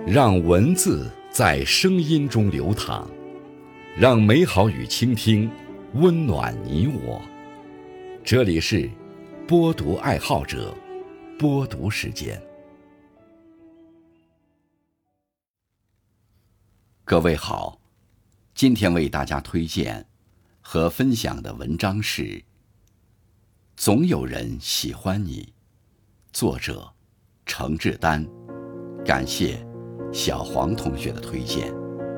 让文字在声音中流淌，让美好与倾听温暖你我。这里是播读爱好者播读时间。各位好，今天为大家推荐和分享的文章是《总有人喜欢你》，作者程志丹。感谢小黄同学的推荐。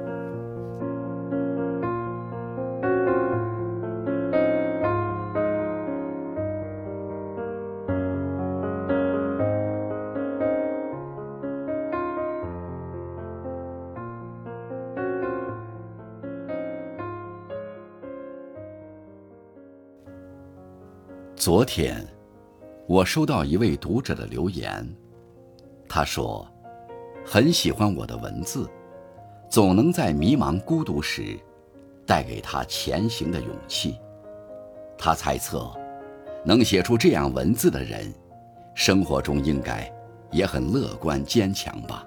昨天，我收到一位读者的留言，他说很喜欢我的文字，总能在迷茫孤独时带给他前行的勇气。他猜测，能写出这样文字的人，生活中应该也很乐观坚强吧。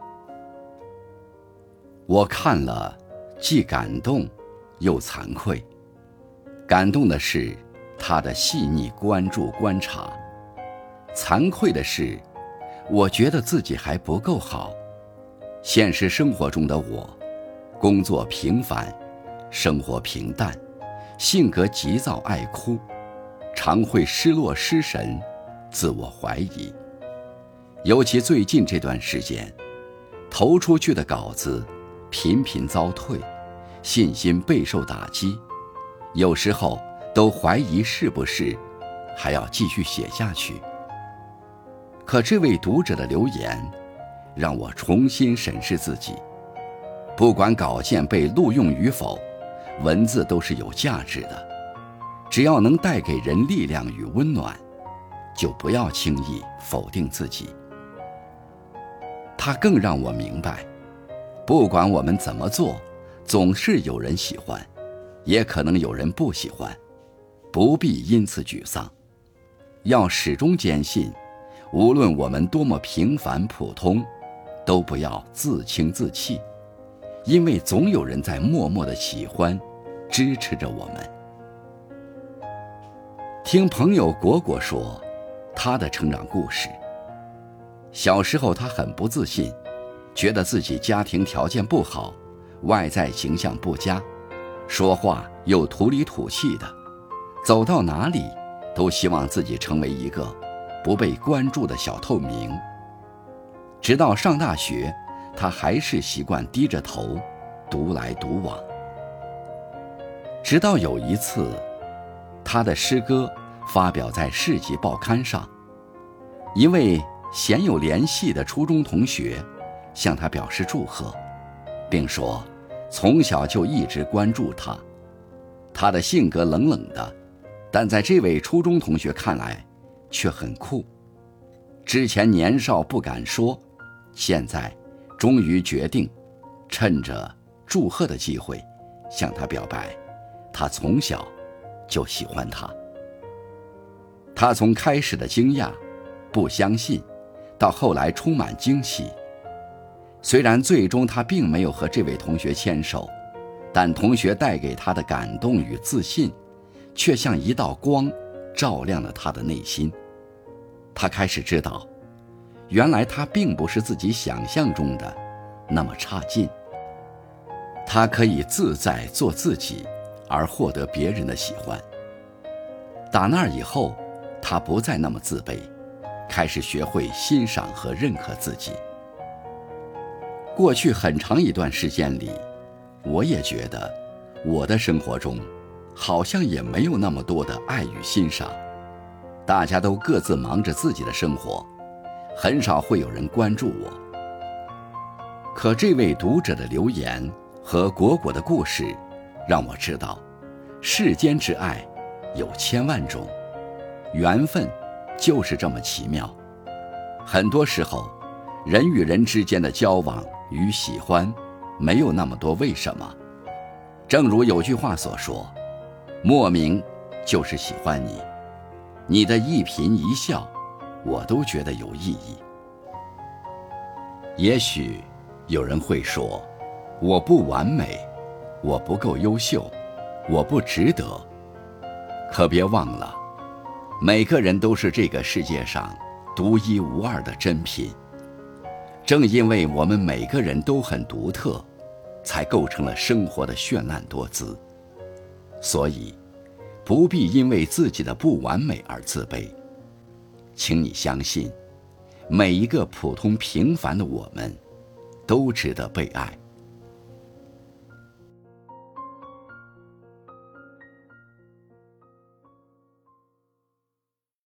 我看了，既感动又惭愧。感动的是他的细腻关注观察，惭愧的是我觉得自己还不够好。现实生活中的我，工作平凡，生活平淡，性格急躁爱哭，常会失落失神，自我怀疑。尤其最近这段时间，投出去的稿子频频遭退，信心备受打击，有时候都怀疑是不是还要继续写下去。可这位读者的留言让我重新审视自己，不管稿件被录用与否，文字都是有价值的，只要能带给人力量与温暖，就不要轻易否定自己。它更让我明白，不管我们怎么做，总是有人喜欢，也可能有人不喜欢，不必因此沮丧，要始终坚信，无论我们多么平凡普通，都不要自轻自弃，因为总有人在默默地喜欢支持着我们。听朋友果果说他的成长故事，小时候他很不自信，觉得自己家庭条件不好，外在形象不佳，说话又土里土气的，走到哪里都希望自己成为一个不被关注的小透明。直到上大学，他还是习惯低着头独来独往。直到有一次，他的诗歌发表在市级报刊上，一位鲜有联系的初中同学向他表示祝贺，并说从小就一直关注他。他的性格冷冷的，但在这位初中同学看来却很酷。之前年少不敢说，现在终于决定趁着祝贺的机会向他表白，他从小就喜欢他。他从开始的惊讶不相信，到后来充满惊喜。虽然最终他并没有和这位同学牵手，但同学带给他的感动与自信却像一道光照亮了他的内心。他开始知道，原来他并不是自己想象中的那么差劲，他可以自在做自己，而获得别人的喜欢。打那以后，他不再那么自卑，开始学会欣赏和认可自己。过去很长一段时间里，我也觉得我的生活中好像也没有那么多的爱与欣赏，大家都各自忙着自己的生活，很少会有人关注我。可这位读者的留言和果果的故事让我知道，世间之爱有千万种，缘分就是这么奇妙。很多时候，人与人之间的交往与喜欢没有那么多为什么。正如有句话所说，莫名就是喜欢你，你的一颦一笑我都觉得有意义。也许有人会说，我不完美，我不够优秀，我不值得。可别忘了，每个人都是这个世界上独一无二的珍品。正因为我们每个人都很独特，才构成了生活的绚烂多姿。所以，不必因为自己的不完美而自卑。请你相信，每一个普通平凡的我们，都值得被爱。